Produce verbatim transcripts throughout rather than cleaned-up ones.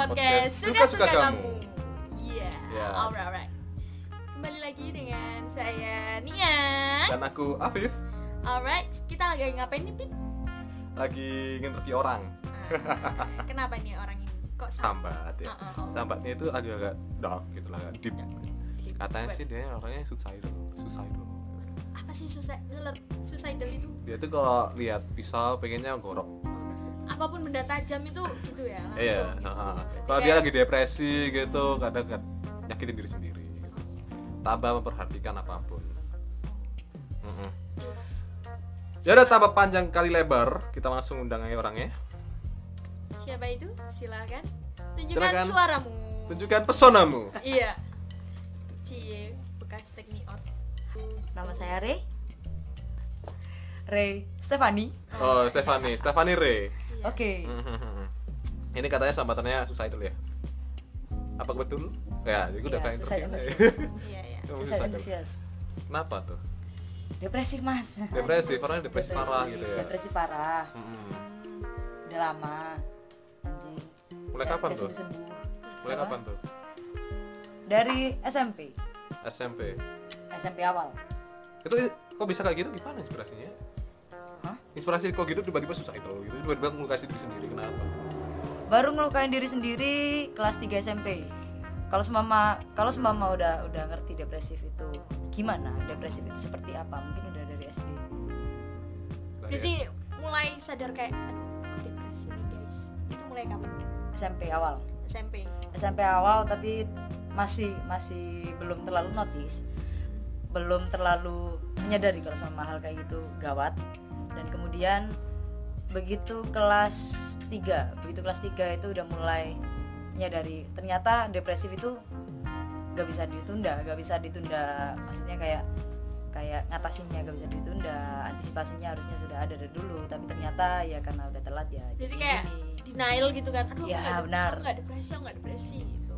podcast Suka-Suka Kamu. Iya, Ya. alright, alright. Kembali lagi dengan saya Nia. Dan aku Afif, Alright, kita lagi ngapain nih, Pip? lagi nginterview orang. Ah, kenapa nih orang ini? Kok sama? Sambat ya. Ah, ah, oh. Sambatnya itu agak-agak dark gitu lah, agak deep. Deep. Katanya What? sih dia orangnya suicidal, suicidal. Apa sih suicidal, suicidal itu? Dia tuh kalau lihat pisau pengennya gorok. Apapun benda tajam itu gitu ya, langsung Iya, gitu. heeh. Berarti Kalau dia kayak- lagi depresi gitu, kadang kan nyakitin diri sendiri. Gitu. Tanpa memperhatikan apapun. Mm-mm. Ya udah, tambah panjang kali lebar, kita langsung undang aja orangnya. Siapa itu? Silakan. Tunjukkan Silakan. suaramu. Tunjukkan pesonamu. Iya. Cie, bekas take me out. Nama saya Rey Rey Stefani. Oh, Stefani, Stefani Rey. Iya. Oke. Mhm. Ini katanya sambatannya suicidal ya? Apa betul? Ya, jadi udah Iya, kayak suicide interview. anxious. Iya, iya. Kamu Suicide suicidal. anxious. Kenapa tuh? Depresif mas. Depresi, orangnya depresi, parah gitu ya. Depresi parah. Mhm. Udah lama. Anjing. Mulai Ya, kapan udah tuh? sembuh-sembuh. Mulai Apa? kapan tuh? Dari S M P. S M P. S M P awal. Itu kok bisa kayak gitu? Gimana inspirasinya? Hah? Inspirasi kok gitu tiba-tiba suicidal gitu. Tiba-tiba ngelukai diri sendiri, kenapa? Baru ngelukain diri sendiri kelas tiga S M P. Kalau semama kalau semama udah udah ngerti depresif itu gimana? Depresif itu seperti apa? Mungkin udah dari S D. Berarti mulai sadar kayak aduh, aku depresi nih guys. Itu mulai kapan? S M P awal. S M P. S M P awal tapi masih masih belum terlalu notice, belum terlalu menyadari kalau sama hal kayak gitu gawat. Dan kemudian begitu kelas tiga, begitu kelas tiga itu udah mulai menyadari ternyata depresif itu gak bisa ditunda, gak bisa ditunda. Maksudnya kayak kayak ngatasinnya gak bisa ditunda, antisipasinya harusnya sudah ada dari dulu, tapi ternyata ya karena udah telat ya. Jadi kayak gini. denial gitu kan. Aduh, Ya, aku nggak- benar. aku nggak depresi, aku nggak depresi gitu.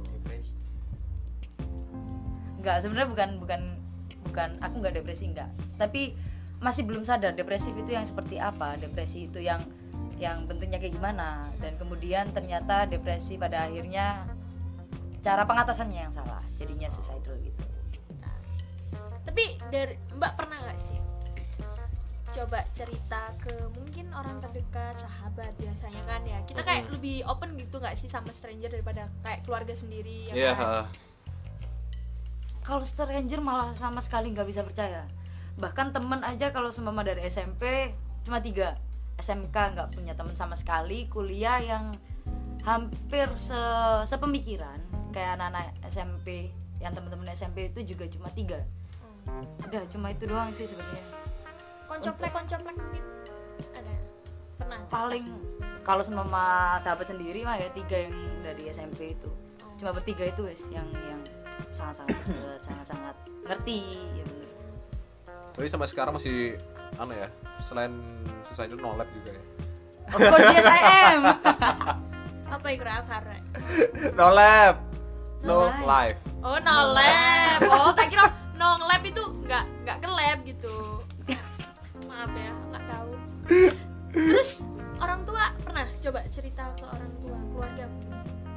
Enggak, sebenarnya bukan bukan bukan aku nggak depresi, enggak, tapi masih belum sadar depresif itu yang seperti apa, depresi itu yang yang bentuknya kayak gimana. Dan kemudian ternyata depresi pada akhirnya cara pengatasannya yang salah, jadinya suicidal gitu. Tapi dari Mbak pernah nggak sih coba cerita ke mungkin orang terdekat, sahabat biasanya kan ya. Kita kayak Mhm. lebih open gitu nggak sih sama stranger daripada kayak keluarga sendiri ya Iya, kan? ha. Kalau stranger malah sama sekali nggak bisa percaya. Bahkan temen aja kalau seumpama dari S M P cuma tiga, S M K nggak punya teman sama sekali, kuliah yang hampir se sepemikiran kayak anak-anak S M P, yang teman-teman S M P itu juga cuma tiga. Hmm. Udah cuma itu doang sih sebenarnya. Koncoplek koncoplek mungkin ada pernah Paling kalau seumpama sahabat sendiri mah ya tiga yang dari S M P itu. Oh. Cuma bertiga itu wes yang yang sangat-sangat deket, sangat-sangat ngerti ya bener. Tapi sampai sekarang masih anu ya, selain suicidal no lab juga ya. Of course yes I am. apa itu apa Rek? No lab. No No life. life. Oh no lab. Oh tak kira no lab itu nggak nggak ke lab gitu. Maaf ya nggak tahu. Terus orang tua pernah coba cerita ke orang tua, keluarga mungkin?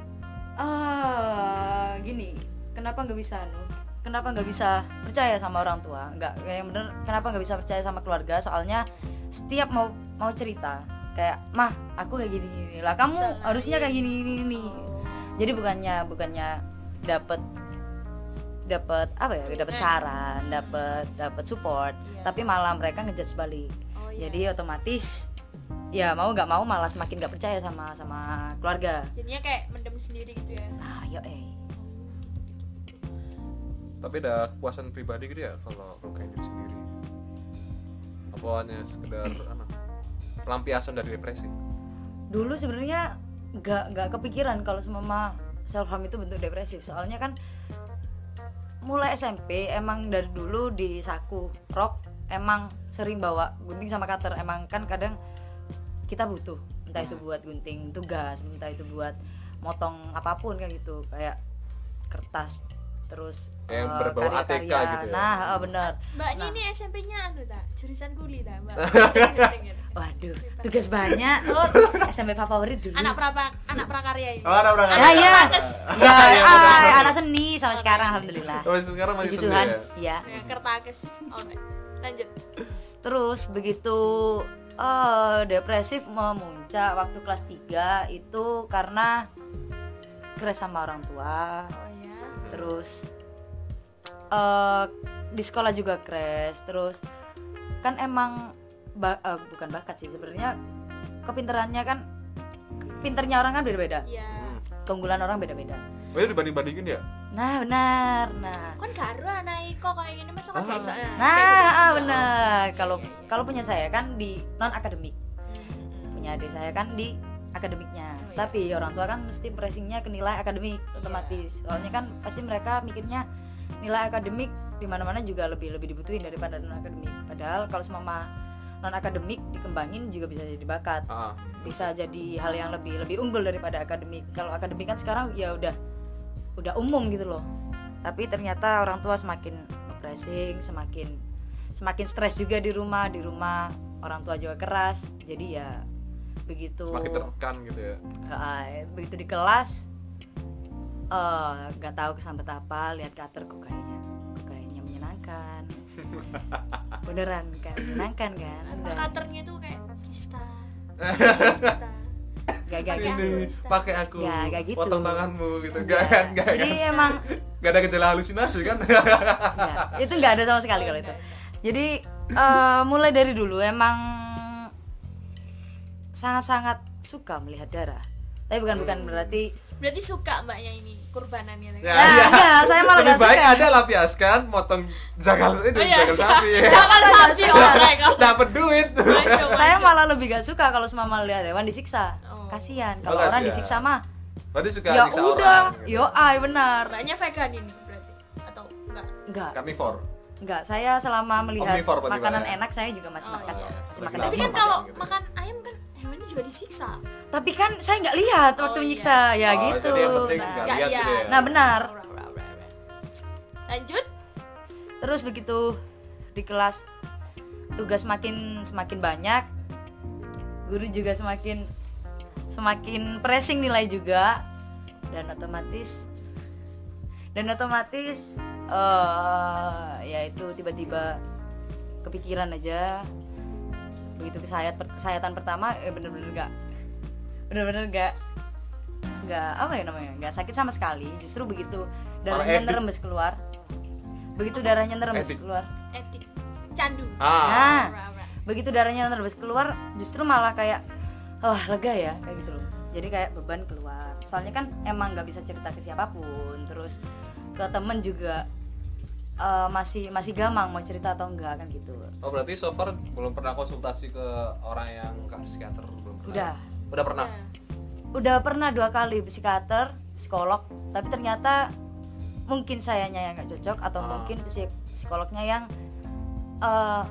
Ah, gini, kenapa nggak bisa nu? Kenapa nggak bisa percaya sama orang tua? Nggak, yang bener. Kenapa nggak bisa percaya sama keluarga? Soalnya setiap mau mau cerita, kayak mah aku kayak gini gini lah, kamu Bisa harusnya lain. kayak gini gini gini. Oh. Jadi bukannya bukannya dapat dapat apa ya? Dapat Bimbingan. saran, dapat dapat support, Iya. tapi malah mereka ngejudge balik. Oh, iya. Jadi otomatis ya mau nggak mau malah semakin nggak percaya sama sama keluarga. jadinya kayak mendem sendiri gitu ya. Nah, yo eh. Tapi ada kepuasan pribadi gitu ya kalau ngelukain diri sendiri. Apa hanya sekedar anu, pelampiasan dari depresi? Dulu sebenarnya nggak nggak kepikiran kalau semua self harm itu bentuk depresif. Soalnya kan mulai S M P emang dari dulu di saku rock emang sering bawa gunting sama cutter. Emang kan kadang kita butuh, entah itu buat gunting tugas, entah itu buat motong apapun kan gitu, kayak kertas terus Yang eh, berbau A T K karya-karya. gitu ya? Nah, eh, bener. Mbaknya Nah. ini S M P-nya anu tak? Jurusan kuli tak, Mbak? Waduh, tugas banyak. Oh, S M P favorit dulu. anak prapak, anak prakarya ini. Oh, anak prakarya. Ya Anak ya. Kertakes. Ya, Iya, ah, benar. anak seni sampai sekarang alhamdulillah. Oh, sekarang masih Puji sendiri Tuhan. ya? Iya. Ya, Kertakes. Oke. Lanjut. Terus begitu eh, depresif memuncak waktu kelas tiga itu karena crash sama orang tua. Oh ya. Terus eh, di sekolah juga crash. Terus kan emang ba- eh, bukan bakat sih sebenarnya, kepinterannya kan pinternya orang kan beda-beda, Iya. Hmm. keunggulan orang beda-beda. Oh ya dibanding-bandingin ya? Nah benar, nah Kan karo anak iko kayak gini masuk kan Ah. biasa. nah ah, benar. Kalau kalau punya saya kan di non akademik, punya adik saya kan di akademiknya. Oh, iya. Tapi orang tua kan mesti pressingnya ke nilai akademik otomatis. Soalnya kan pasti mereka mikirnya nilai akademik di mana-mana juga lebih lebih dibutuhin daripada non akademik. Padahal kalau semua non akademik dikembangin juga bisa jadi bakat, Ah. bisa jadi hal yang lebih lebih unggul daripada akademik. Kalau akademik kan sekarang ya udah udah umum gitu loh. Tapi ternyata orang tua semakin pressing, semakin semakin stres juga di rumah. Di rumah orang tua juga keras. Jadi ya begitu Semakin tertekan gitu ya. eh, begitu di kelas eh, nggak tahu kesambet apa, lihat kater kok kayaknya kok kayaknya menyenangkan. Beneran kan menyenangkan kan. Udah. Katernya tuh kayak kista. Kista. Gak gak Sini. gitu. Sini, pakai aku. Nggak, nggak gitu. Potong tanganmu gitu. Nggak. Enggak kan? Enggak. Jadi emang Enggak ada gejala halusinasi kan? nggak, itu nggak ada sama sekali kalau itu. Jadi eh, mulai dari dulu emang sangat-sangat suka melihat darah. Tapi bukan bukan Hmm. berarti Berarti suka mbaknya ini kurbanannya. Ya, ya, iya. enggak, saya malah Lebih nggak baik suka. ada lampiaskan, motong jagal itu Oh, iya, jagal siap. sapi. Jangan sapi orang kalau. Dapat duit. Masuk, Saya masuk. malah lebih gak suka kalau semama lihat hewan disiksa. Oh. Kasihan Oh, kalau orang kasihan. disiksa mah. Berarti suka Ya nyiksa udah, orang, gitu. yo ay benar. Mbaknya vegan ini berarti atau enggak? Enggak, Karnivor. enggak. Saya selama melihat Omnivore berarti, makanan Mbak, ya? enak saya juga masih Oh, makan. iya. Masih Lagi makan lapar. Tapi daging. kan kalau gitu. makan ayam kan hewannya juga disiksa. Tapi kan saya nggak lihat Oh, waktu iya. menyiksa, ya Oh, gitu. jadi yang penting Nah, nggak Nggak lihat lihat. gitu ya. Nah, benar. Ora, ora, ora, ora. Lanjut. Terus begitu di kelas tugas semakin semakin banyak, guru juga semakin semakin pressing nilai juga, dan otomatis dan otomatis eh yaitu tiba-tiba kepikiran aja. Begitu kesayat kesayatan pertama eh bener-bener nggak bener-bener nggak nggak apa ya namanya nggak sakit sama sekali. Justru begitu darahnya edik. nerembes keluar, begitu darahnya nerembes Edik. keluar, Edik. Candu. Ah. Nah. Ora, ora. begitu darahnya nerembes keluar, justru malah kayak wah lega ya kayak gitu loh. Jadi kayak beban keluar. Soalnya kan emang nggak bisa cerita ke siapapun, terus ke temen juga eh, masih masih gamang mau cerita atau enggak kan gitu. Oh berarti so far belum pernah konsultasi ke orang yang ke psikiater belum pernah. Udah. Udah pernah. Ya. Udah pernah dua kali psikiater, psikolog, tapi ternyata mungkin sayanya yang nggak cocok atau Ah. mungkin psik- psikolognya yang eh,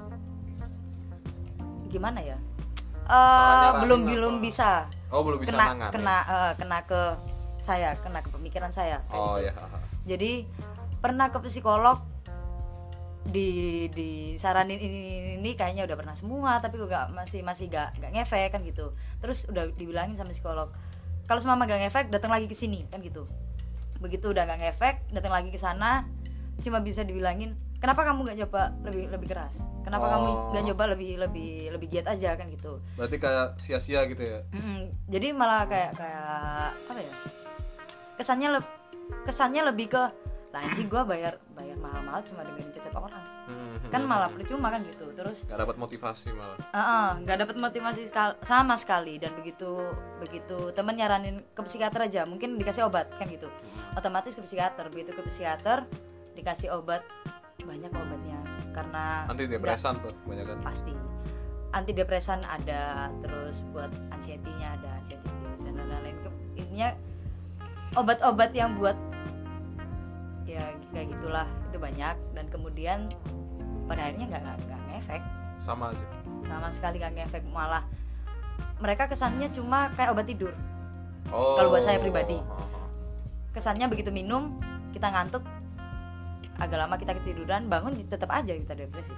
gimana ya? Eh, nyaranin belum apa? belum bisa Oh belum bisa kena nanganin. kena eh, kena ke saya, kena ke pemikiran saya kayak Oh gitu. ya. Jadi pernah ke psikolog, di disaranin ini, ini ini kayaknya udah pernah semua, tapi gak masih masih gak gak ngefek kan gitu. Terus udah dibilangin sama psikolog, kalau semama gak ngefek datang lagi ke sini kan gitu. Begitu udah gak ngefek datang lagi ke sana, cuma bisa dibilangin kenapa kamu gak coba lebih lebih keras, kenapa Oh. kamu gak coba lebih lebih lebih giat aja kan gitu. Berarti kayak sia-sia gitu ya. Mm-mm. Jadi malah kayak kayak apa ya, kesannya le- kesannya lebih ke lah anjing gua bayar bayar mahal-mahal cuma dengerin cocok orang kan malah percuma kan gitu. Terus Gak dapat motivasi malah. uh-uh, nggak dapat motivasi sekal- sama sekali. Dan begitu begitu temen nyaranin ke psikiater aja, mungkin dikasih obat kan gitu, otomatis ke psikiater. Begitu ke psikiater dikasih obat, banyak obatnya karena Antidepresan tuh banyak kan. pasti antidepresan ada, terus buat anxiety-nya ada, anxiety pills dan lain-lain. Ke- intinya obat-obat yang buat ya kayak gitulah itu banyak, dan kemudian pada akhirnya nggak nggak nggak ngefek Sama aja. sama sekali, nggak ngefek, malah mereka kesannya cuma kayak obat tidur. Oh. Kalau buat saya pribadi. Oh, oh. Kesannya begitu minum kita ngantuk, agak lama kita ketiduran, bangun tetap aja kita depresif.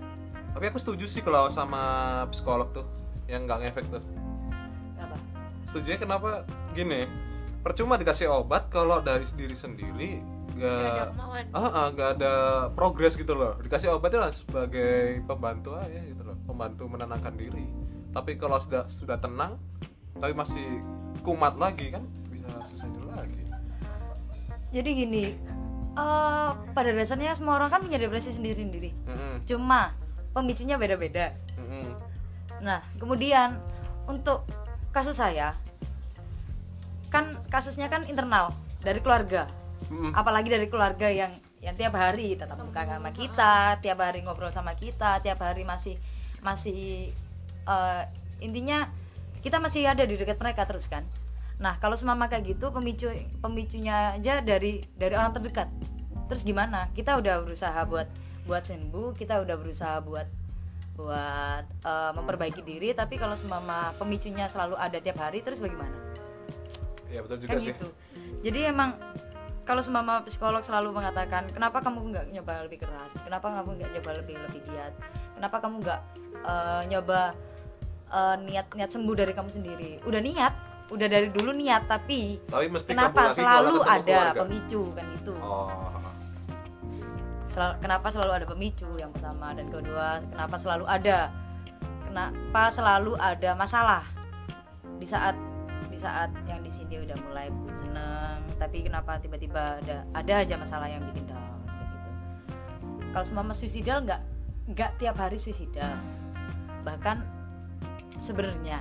Tapi aku setuju sih kalau sama psikolog tuh yang nggak ngefek tuh. Kenapa? setuju kenapa gini, percuma dikasih obat kalau dari diri sendiri Gak ada gak kemauan. ah, ah, gak ada progres gitu loh. Dikasih obat itu lah sebagai pembantu aja gitu loh, pembantu menenangkan diri. Tapi kalau sudah sudah tenang tapi masih kumat lagi kan bisa susah dulu lagi. Jadi gini, eh, pada dasarnya semua orang kan punya depresi sendiri-sendiri. Mm-mm, Cuma pemicunya beda-beda. mm-mm. Nah, kemudian untuk kasus saya, kan kasusnya kan internal dari keluarga. Mm-mm. Apalagi dari keluarga yang yang tiap hari tetap muka sama kita, tiap hari ngobrol sama kita, tiap hari masih masih eh, intinya kita masih ada di dekat mereka terus kan. Nah, kalau semama kayak gitu pemicu pemicunya aja dari dari orang terdekat. Terus gimana? Kita udah berusaha buat buat sembuh, kita udah berusaha buat buat eh, memperbaiki diri, tapi kalau semama pemicunya selalu ada tiap hari, terus bagaimana? Ya betul juga Kan sih. gitu. Jadi emang kalau semama psikolog selalu mengatakan, kenapa kamu nggak nyoba lebih keras, kenapa kamu nggak nyoba lebih lebih giat, kenapa kamu nggak eh, nyoba eh, niat niat sembuh dari kamu sendiri. Udah niat, udah dari dulu niat, tapi Tapi mesti kenapa kabur lagi selalu kalau ketemu ada keluarga. pemicu kan itu. Oh. Sel- kenapa selalu ada pemicu yang pertama, dan kedua kenapa selalu ada kenapa selalu ada masalah di saat di saat yang di sini udah mulai seneng, tapi kenapa tiba-tiba ada ada aja masalah yang bikin down kayak gitu. Kalau semama suicidal nggak nggak tiap hari suicidal, bahkan sebenarnya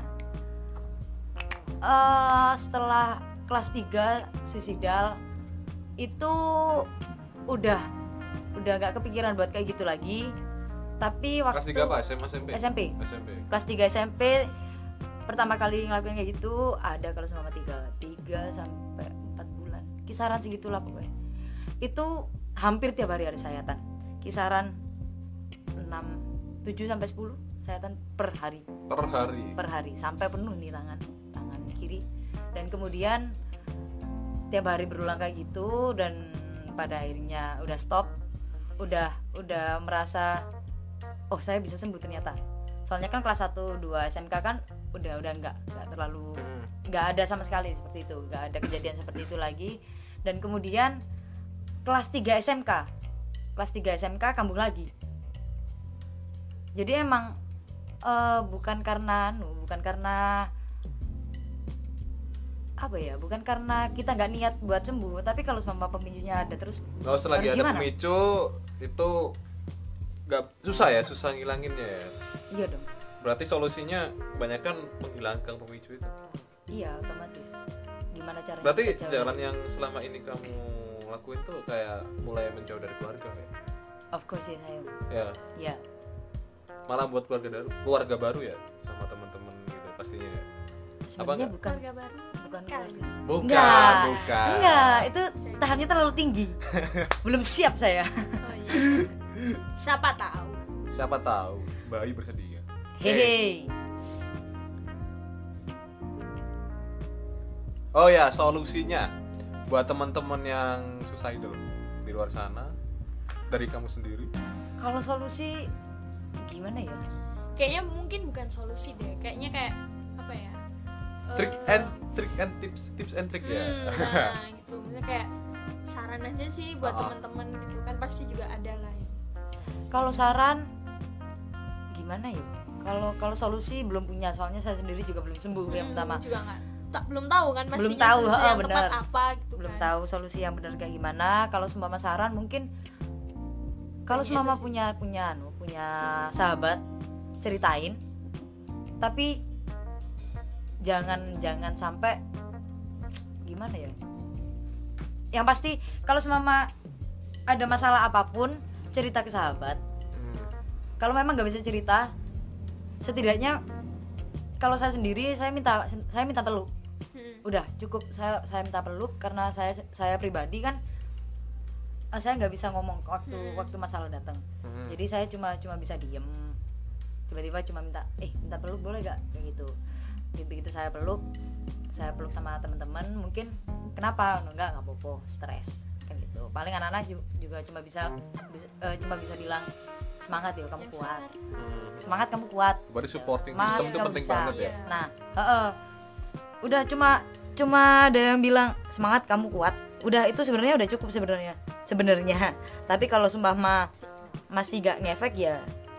eh setelah kelas tiga suicidal itu udah udah nggak kepikiran buat kayak gitu lagi. Tapi waktu Kelas tiga apa? S M A S M P? S M P S M P. kelas tiga S M P pertama kali ngelakuin kayak gitu ada kalau selama tiga tiga sampai empat bulan, kisaran segitulah pokoknya. Itu hampir tiap hari ada sayatan, kisaran enam tujuh sampai sepuluh sayatan per hari Per hari. per hari sampai penuh nih tangan tangan kiri. Dan kemudian tiap hari berulang kayak gitu, dan pada akhirnya udah stop, udah udah merasa oh saya bisa sembuh ternyata. Soalnya kan kelas satu dua S M K kan udah udah nggak nggak terlalu Hmm. nggak ada sama sekali seperti itu, nggak ada kejadian seperti itu lagi. Dan kemudian kelas tiga S M K kelas tiga S M K kambuh lagi. Jadi emang eh, bukan karena anu bukan karena apa ya bukan karena kita nggak niat buat sembuh, tapi kalau semua pemicunya ada terus Nggak usah lagi harus ada gimana? pemicu itu nggak susah ya, susah ngilanginnya ya. Iya dong, Berarti solusinya kebanyakan menghilangkan pemicu itu. iya otomatis. Gimana caranya? Berarti kita jauh? jalan yang selama ini kamu lakuin tuh kayak mulai menjauh dari keluarga ya? Of course ya saya. Ya, Ya, malah buat keluarga baru, keluarga baru ya sama teman-teman gitu pastinya ya. sebenarnya enggak? bukan Keluarga baru. bukan Kan. keluarga. Bukan, Enggak. bukan. Enggak, itu tahapnya terlalu tinggi. Belum siap saya. Oh iya. Siapa tahu. Siapa tahu bayi bersedia. Hehe. Oh ya, solusinya buat teman-teman yang suicidal di luar sana dari kamu sendiri. Kalau solusi gimana ya? Kayaknya mungkin bukan solusi deh. Kayaknya kayak apa ya? Trick eh, and trick and tips tips and trick ya. Hmm, nah gitu. Maksudnya kayak saran aja sih buat Ah. teman-teman gitu kan, pasti juga ada lah. Kalau saran gimana ya? Kalau kalau solusi belum punya, soalnya saya sendiri juga belum sembuh yang Hmm, pertama. juga nggak tak belum tahu kan pastinya Belum tahu, solusi heeh, yang tepat benar. apa gitu Belum kan. tahu solusi yang benar kayak gimana. Kalau seumpama saran mungkin kalau Kayaknya seumpama itu sih. punya punya anu, punya sahabat ceritain, tapi jangan jangan sampai gimana ya? Yang pasti kalau seumpama ada masalah apapun cerita ke sahabat. Hmm. Kalau memang nggak bisa cerita, setidaknya kalau saya sendiri saya minta saya minta peluk. Hmm. Udah cukup, saya saya minta peluk karena saya saya pribadi kan eh, saya nggak bisa ngomong waktu Hmm. waktu masalah datang. Hmm. Jadi saya cuma cuma bisa diem, tiba-tiba cuma minta eh minta peluk boleh gak kayak gitu. Begitu saya peluk saya peluk sama teman-teman, mungkin kenapa enggak nggak popo stres kan gitu. Paling anak-anak ju- juga cuma bisa, bisa eh, cuma bisa bilang semangat ya kamu Yang kuat, Hmm. semangat kamu kuat. Berarti supporting Semangat system itu kamu penting bisa. banget ya. Iya. Nah, heeh. udah cuma cuma ada yang bilang semangat kamu kuat, udah itu sebenarnya udah cukup sebenarnya sebenarnya tapi kalau sumpah mah masih gak ngefek ya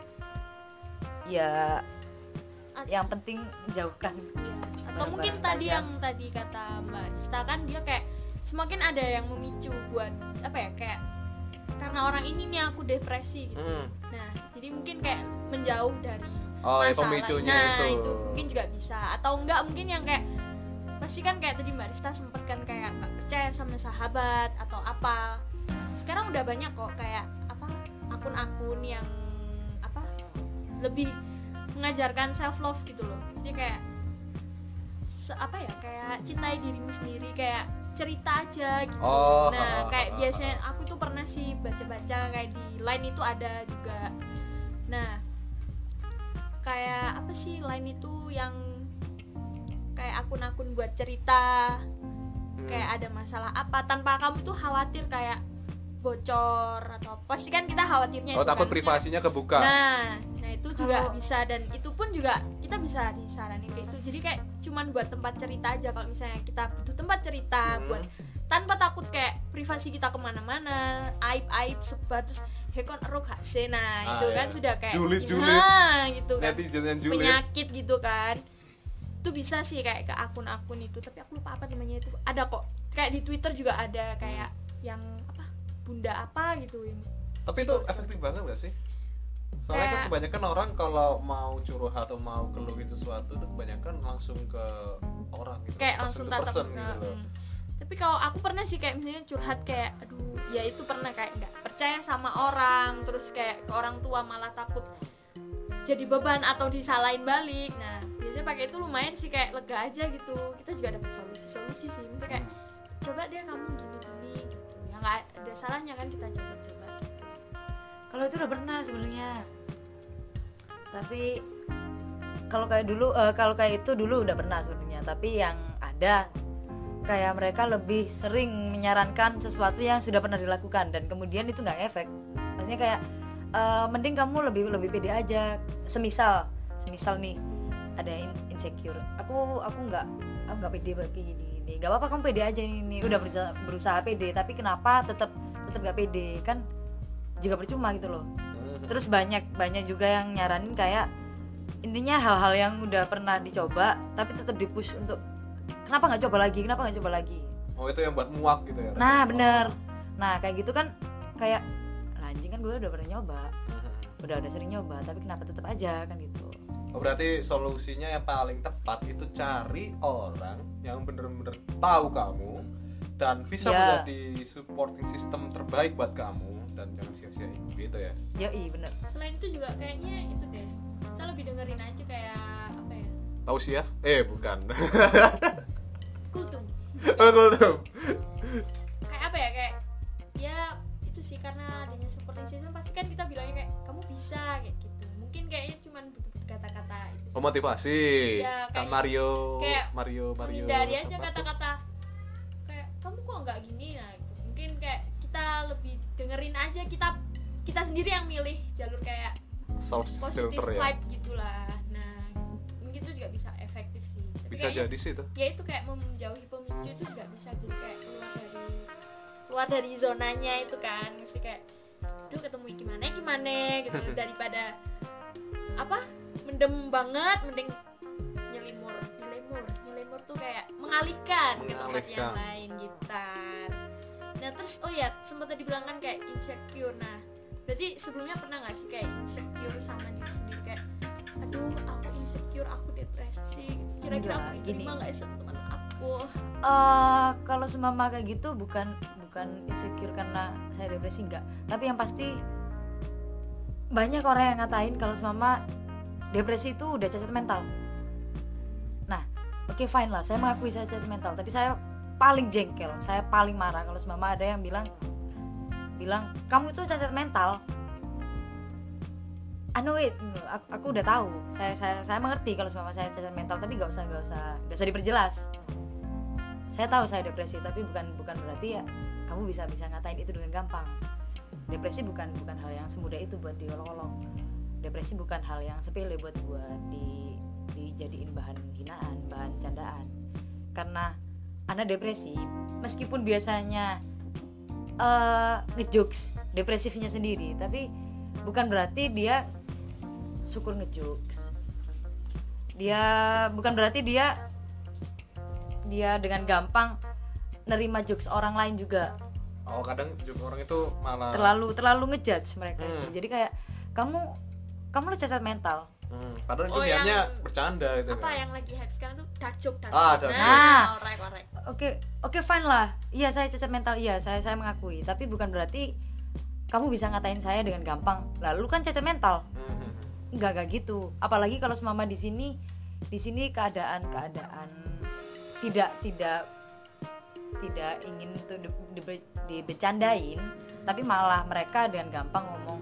ya yang penting jauhkan. Atau mungkin barang-barang tadi tajam. yang tadi kata Mbak Rista kan dia kayak semakin ada yang memicu buat apa ya, kayak karena orang ini nih aku depresi gitu. Hmm. Nah jadi mungkin kayak menjauh dari Oh, ya, masalah. pemicunya Nah itu. itu mungkin juga bisa. Atau enggak mungkin yang kayak pasti kan kayak tadi Mbak Rista sempet kan kayak nggak percaya sama sahabat atau apa. Sekarang udah banyak kok kayak apa akun-akun yang apa lebih mengajarkan self love gitu loh. Jadi kayak se- apa ya kayak cintai dirimu sendiri, kayak cerita aja gitu. Oh, Nah ha, ha, kayak ha, biasanya ha. aku tuh pernah sih baca-baca kayak di Line itu ada juga. Nah kayak apa sih Line itu yang kayak akun-akun buat cerita Hmm. kayak ada masalah apa tanpa kamu tuh khawatir kayak bocor atau apa. Pasti kan kita khawatirnya Oh, itu takut kan. privasinya kebuka. Nah, nah itu juga Kalau- bisa, dan itu pun juga kita bisa disaranin kayak itu. Jadi kayak cuman buat tempat cerita aja kalau misalnya kita butuh tempat cerita Hmm. buat tanpa takut kayak privasi kita kemana-mana, aib-aib sebar terus hekon eruk hase. Nah, Ah, itu iya. kan sudah kayak Julid-julid. nah, gitu kan. Netizen yang julid. Penyakit gitu kan. Itu bisa sih kayak ke akun-akun itu, tapi aku lupa apa namanya itu. Ada kok. Kayak di Twitter juga ada kayak yang apa? Bunda apa gitu yang Tapi itu efektif banget gak sih? Soalnya kan Kayak- kebanyakan orang kalau mau curhat atau mau keluhin sesuatu itu kebanyakan langsung ke orang gitu. kayak person langsung to tatap person muka. gitu loh. Mm. Tapi kalau aku pernah sih kayak misalnya curhat kayak aduh ya itu pernah kayak nggak percaya sama orang, terus kayak ke orang tua malah takut jadi beban atau disalahin balik. Nah biasanya pakai itu lumayan sih kayak lega aja gitu. Kita juga dapat solusi-solusi sih. Misalnya kayak coba deh kamu gini-gini gitu. Ya nggak ada salahnya kan kita coba-coba gitu. Kalau itu udah pernah sebenarnya. Tapi kalau kayak dulu eh, kalau kayak itu dulu udah pernah sebenarnya, tapi yang ada kayak mereka lebih sering menyarankan sesuatu yang sudah pernah dilakukan dan kemudian itu nggak efek. Maksudnya kayak eh, mending kamu lebih lebih pede aja. Semisal semisal nih ada in- insecure. Aku aku nggak aku nggak pede bagi gini ini. Nggak apa-apa kamu pede aja ini. Udah berusaha, berusaha pede, tapi kenapa tetap tetap nggak pede kan? Juga percuma gitu loh. Mhm. Terus banyak banyak juga yang nyaranin kayak intinya hal-hal yang udah pernah dicoba tapi tetap dipush untuk kenapa nggak coba lagi kenapa nggak coba lagi. Oh, itu yang buat muak gitu ya. Nah bener. Nah kayak gitu kan kayak "Lah, anjing kan gue udah pernah nyoba, Mhm. udah udah sering nyoba tapi kenapa tetap aja kan gitu. Oh, berarti solusinya yang paling tepat itu cari orang yang bener-bener tahu kamu dan bisa Ya. menjadi supporting system terbaik buat kamu dan jangan sia-siain gitu ya. Yoi bener. Selain itu juga kayaknya itu deh, kita lebih dengerin aja kayak apa ya, Tahu sih ya? Eh, bukan. kultum. Betul tuh. Kayak apa ya, kayak ya itu sih karena adanya supporting system pasti kan kita bilangnya kayak kamu bisa kayak gitu. Mungkin kayaknya cuman butuh kata-kata itu sih. Memotivasi. Ya, Kak kayak- Mario, kayak Mario, Mario. Menghindari aja siapa tuh? kata-kata kayak kamu kok nggak gini, nah gitu. Mungkin kayak kita lebih dengerin aja, kita kita sendiri yang milih jalur kayak Self positive filter ya. vibe gitulah. Nah mungkin itu juga bisa efektif sih. Tapi Bisa kayaknya- jadi sih itu. ya itu kayak menjauhi pemicu itu juga bisa jadi kayak keluar dari keluar dari zonanya itu kan, mesti kayak aduh ketemu gimana gimana gitu daripada apa mendem banget, mending nyelimur nyelimur nyelimur tuh kayak mengalihkan ke tempat yang Mengalihkan. lain gitar. Nah terus oh ya sempat tadi bilang kan kayak insecure. Nah berarti sebelumnya pernah nggak sih kayak insecure sama diri sendiri kayak aduh aku insecure, aku depresi gitu. Kira-kira Enggak, aku gini. diterima nggak ya sama teman aku? Eh kalau semama kayak gitu bukan bukan insecure karena saya depresi enggak, tapi yang pasti banyak orang yang ngatain kalau semama depresi itu udah cacat mental. Nah, oke fine lah, saya mengakui saya cacat mental, tapi saya paling jengkel, saya paling marah kalau semama ada yang bilang bilang kamu itu cacat mental. I know it, aku, aku udah tahu, saya saya saya mengerti kalau semama saya cacat mental, tapi nggak usah nggak usah nggak usah diperjelas. Saya tahu saya depresi, tapi bukan bukan berarti ya kamu bisa bisa ngatain itu dengan gampang. Depresi bukan bukan hal yang semudah itu buat diolok-olok. Depresi bukan hal yang sepele buat buat di dijadiin bahan hinaan, bahan candaan. karena Anda depresi, meskipun biasanya uh, ngejokes depresifnya sendiri, tapi bukan berarti dia syukur ngejokes. Dia bukan berarti dia dia dengan gampang nerima jokes orang lain juga. Oh, kadang juga orang itu malah Terlalu terlalu ngejudge mereka Hmm. itu. Jadi kayak kamu kamu lu cacat mental. hmm, padahal itu Oh, niatnya yang- bercanda gitu Apa kan. yang lagi hype sekarang tuh dark joke, dark Ah, joke. dark joke. Nah, Nah. alright, alright. Oke, oke fine lah. Iya, saya cacat mental. Iya, saya saya mengakui. Tapi bukan berarti kamu bisa ngatain saya dengan gampang. Lalu kan cacat mental. Hmm. Enggak enggak gitu. Apalagi kalau semama di sini di sini keadaan-keadaan tidak tidak tidak ingin tuh di, di- dibecandain, tapi malah mereka dengan gampang ngomong,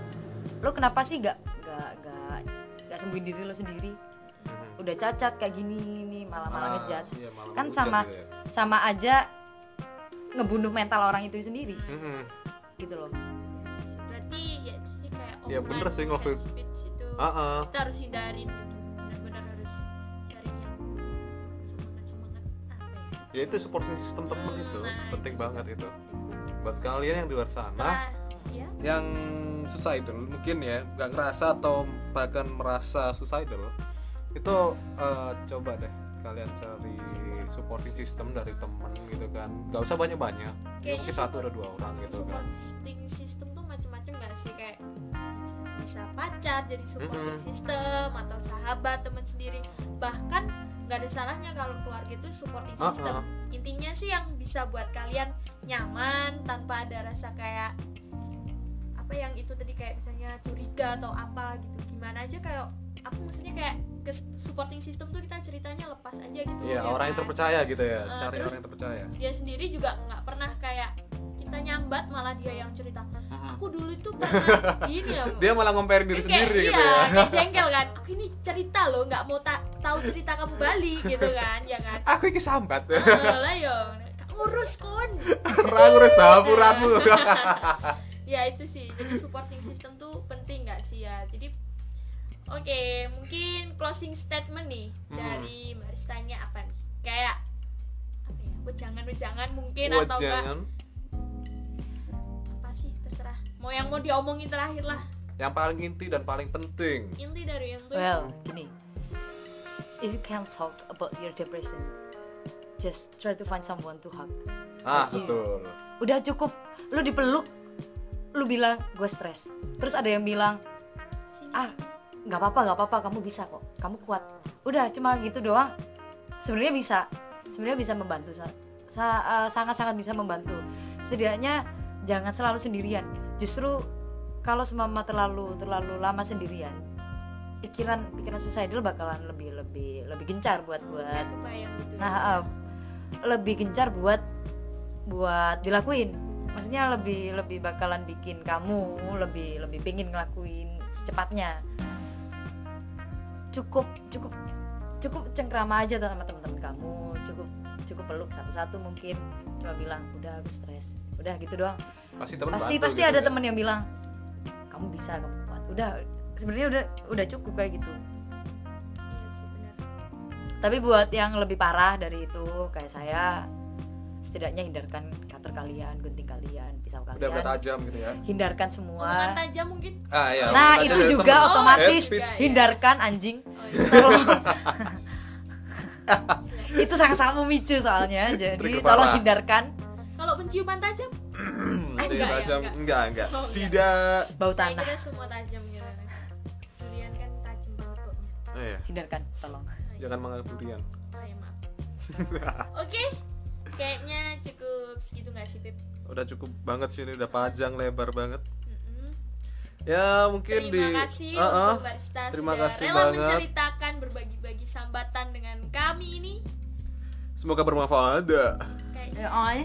lo kenapa sih gak gak gak gak sembuhin diri lo sendiri, Hmm. udah cacat kayak gini nih, malah malah Ah, ngejudge. iya, malah Kan ngehujat sama gitu ya. sama aja ngebunuh mental orang itu sendiri Hmm. gitu loh. Berarti ya itu sih kayak Ya, omongan bener sih, ngefit. hate speech itu Ah-ah. kita harus hindarin gitu. Benar-benar harus cari yang semangat-semangat apa ya? Ya itu supporting system temen Hmm, itu nah, penting itu banget juga itu. penting. Buat kalian yang di luar sana Nah, ya. yang suicidal mungkin ya nggak ngerasa atau bahkan merasa suicidal, itu eh, coba deh kalian cari supporting system dari temen gitu kan, nggak usah banyak-banyak ya, Kayaknya mungkin satu atau dua orang gitu kan. supporting system tuh macam-macam nggak sih, kayak bisa pacar jadi supporting Mm-mm. system atau sahabat, teman sendiri, bahkan nggak ada salahnya kalau keluarga itu supporting Ah, system. ah. Intinya sih yang bisa buat kalian nyaman tanpa ada rasa kayak apa yang itu tadi, kayak misalnya curiga atau apa gitu, gimana aja, kayak aku maksudnya kayak ke supporting system tuh kita ceritanya lepas aja gitu. Iya, ya orang yang kan? terpercaya gitu ya, Uh, cari terus- orang yang terpercaya. Dia sendiri juga nggak pernah kayak kita nyambat, malah dia yang cerita, Mm-mm. aku dulu itu pernah gini ya. Dia malah ngomperin diri Kayak- sendiri iya, gitu ya. kayak jengkel kan, aku ini cerita loh, nggak mau ta- tahu cerita kamu balik gitu kan, ya kan. Aku iki sambat. Heeh, lah yo urus kon. Orang urus dapurmu. Ya itu sih, jadi supporting system tuh penting nggak sih ya. Jadi oke, mungkin closing statement nih Hmm. dari Mbak Ristanya apa nih, kayak apa ya, wejangan-wejangan mungkin Wah, atau enggak jangan. apa sih, terserah, mau yang mau diomongin terakhir lah, Yang paling inti dan paling penting. inti dari yang tuh. Well, gini. If you can't talk about your depression, just try to find someone to hug. Ah, Iya. betul. Udah cukup lu dipeluk, lu bilang gue stres. Terus ada yang bilang, Sini. ah nggak apa-apa nggak apa-apa, kamu bisa kok, kamu kuat. Udah cuma gitu doang. Sebenarnya bisa, sebenarnya bisa membantu, sa- sa- eh, sangat-sangat bisa membantu. Setidaknya jangan selalu sendirian. Justru kalau semama terlalu terlalu lama sendirian, pikiran pikiran suicidal bakalan lebih lebih lebih gencar buat buat Kebayang gitu. nah eh, lebih gencar buat buat dilakuin. Maksudnya lebih lebih bakalan bikin kamu lebih lebih pingin ngelakuin secepatnya. Cukup cukup cukup cengkrama aja tuh sama teman-teman kamu, cukup cukup peluk satu-satu, mungkin cuma bilang udah aku stres, udah gitu doang. Pasti teman Pasti bantu pasti gitu ada ya. temen yang bilang kamu bisa, kamu kuat. Udah sebenarnya udah udah cukup kayak gitu. Iya sih, benar. Tapi buat yang lebih parah dari itu kayak saya, setidaknya hindarkan cutter kalian, gunting kalian, pisau Udah kalian. berat tajam gitu ya. Hindarkan Omongan semua. tajam mungkin. Ah iya. Nah, omongan itu tajam dari juga temen. otomatis Hate speech. hindarkan anjing. Oh, iya. Tolong. Itu sangat-sangat memicu soalnya. Jadi Trigger tolong parah. hindarkan Kalau penciuman tajam, Hmm, Enggak tidak ya, tajam. enggak. Enggak, enggak. Oh, enggak. Tidak. bau saya tanah. kira semua tajam gitu. Durian kan tajam banget baunya. Oh, iya. Hindarkan, tolong. Oh, iya. Jangan makan durian. Oh, ya, maaf. Oke, kayaknya cukup segitu nggak sih, Pip? Udah cukup banget sih ini, udah panjang lebar banget. Mm-mm. Ya, mungkin Terima di kasih Uh-uh. untuk Mbak Rista Terima sudah kasih rela banget. menceritakan berbagi-bagi sambatan dengan kami ini. Semoga bermanfaat. Kayak Ya, oi.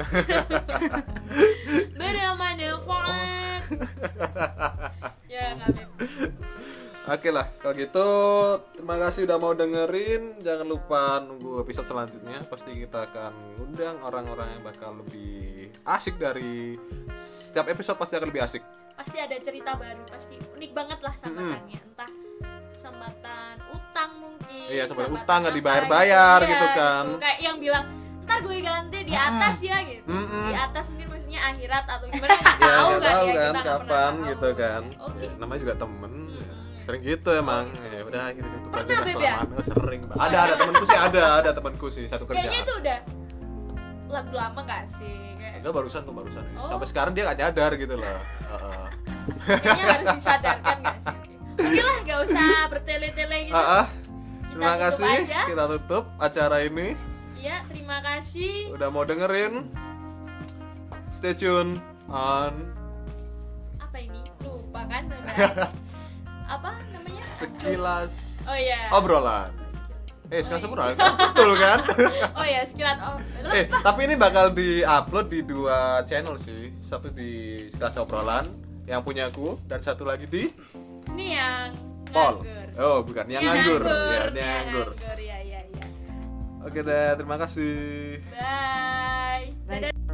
bermanfaat. Ya, nggak, Pip. Oke lah, kalau gitu terima kasih udah mau dengerin. Jangan lupa nunggu episode selanjutnya. Pasti kita akan undang orang-orang yang bakal lebih asik dari setiap episode, pasti akan lebih asik. Pasti ada cerita baru, pasti unik banget lah sambatannya. Entah sambatan utang mungkin, Iya, sampai jabatan utang nggak apa dibayar-bayar Iya, gitu kan. Kayak yang bilang ntar gue ganti di atas ya gitu. Mm-mm. Di atas mungkin maksudnya akhirat atau gimana nggak Ya tahu nggak kan tahu ya, kan kita nggak pernah kapan tahu. gitu kan. Oke. Ya, namanya juga temen. Mm-mm. Sering gitu emang. Ya udah akhirnya itu Pernah, aja dah Beb, ya? kelamaan. Oh, sering. Bang. Ada ada temanku sih ada ada temanku sih satu kerjaan. Kayaknya itu udah lagu lama gak sih? Kayak Enggak barusan tuh barusan. Oh. Sampai sekarang dia nggak nyadar gitu loh. Heeh. kayaknya harus disadarkan gak sih? Oke lah, gak usah bertele-tele gitu. Ah, ah. Kita Terima tutup kasih. aja. Kita tutup acara ini. Iya, terima kasih. Udah mau dengerin. Stay tune on Apa ini? Lupa kan namanya? Apa namanya? Sekilas Oh iya. Obrolan. Eh, Oh, sekilas iya. obrolan kan? Betul kan? Oh ya, sekilas oh. Eh, tapi ini bakal di-upload di dua channel sih. Satu di Sekilas Obrolan yang punya aku dan satu lagi di Ini yang Paul. nganggur. Oh, bukan yang Yang nganggur. Ya, nganggur, yang yang nganggur. nganggur. Ya, ya, ya. Oke deh, terima kasih. Bye. Bye. Dadah.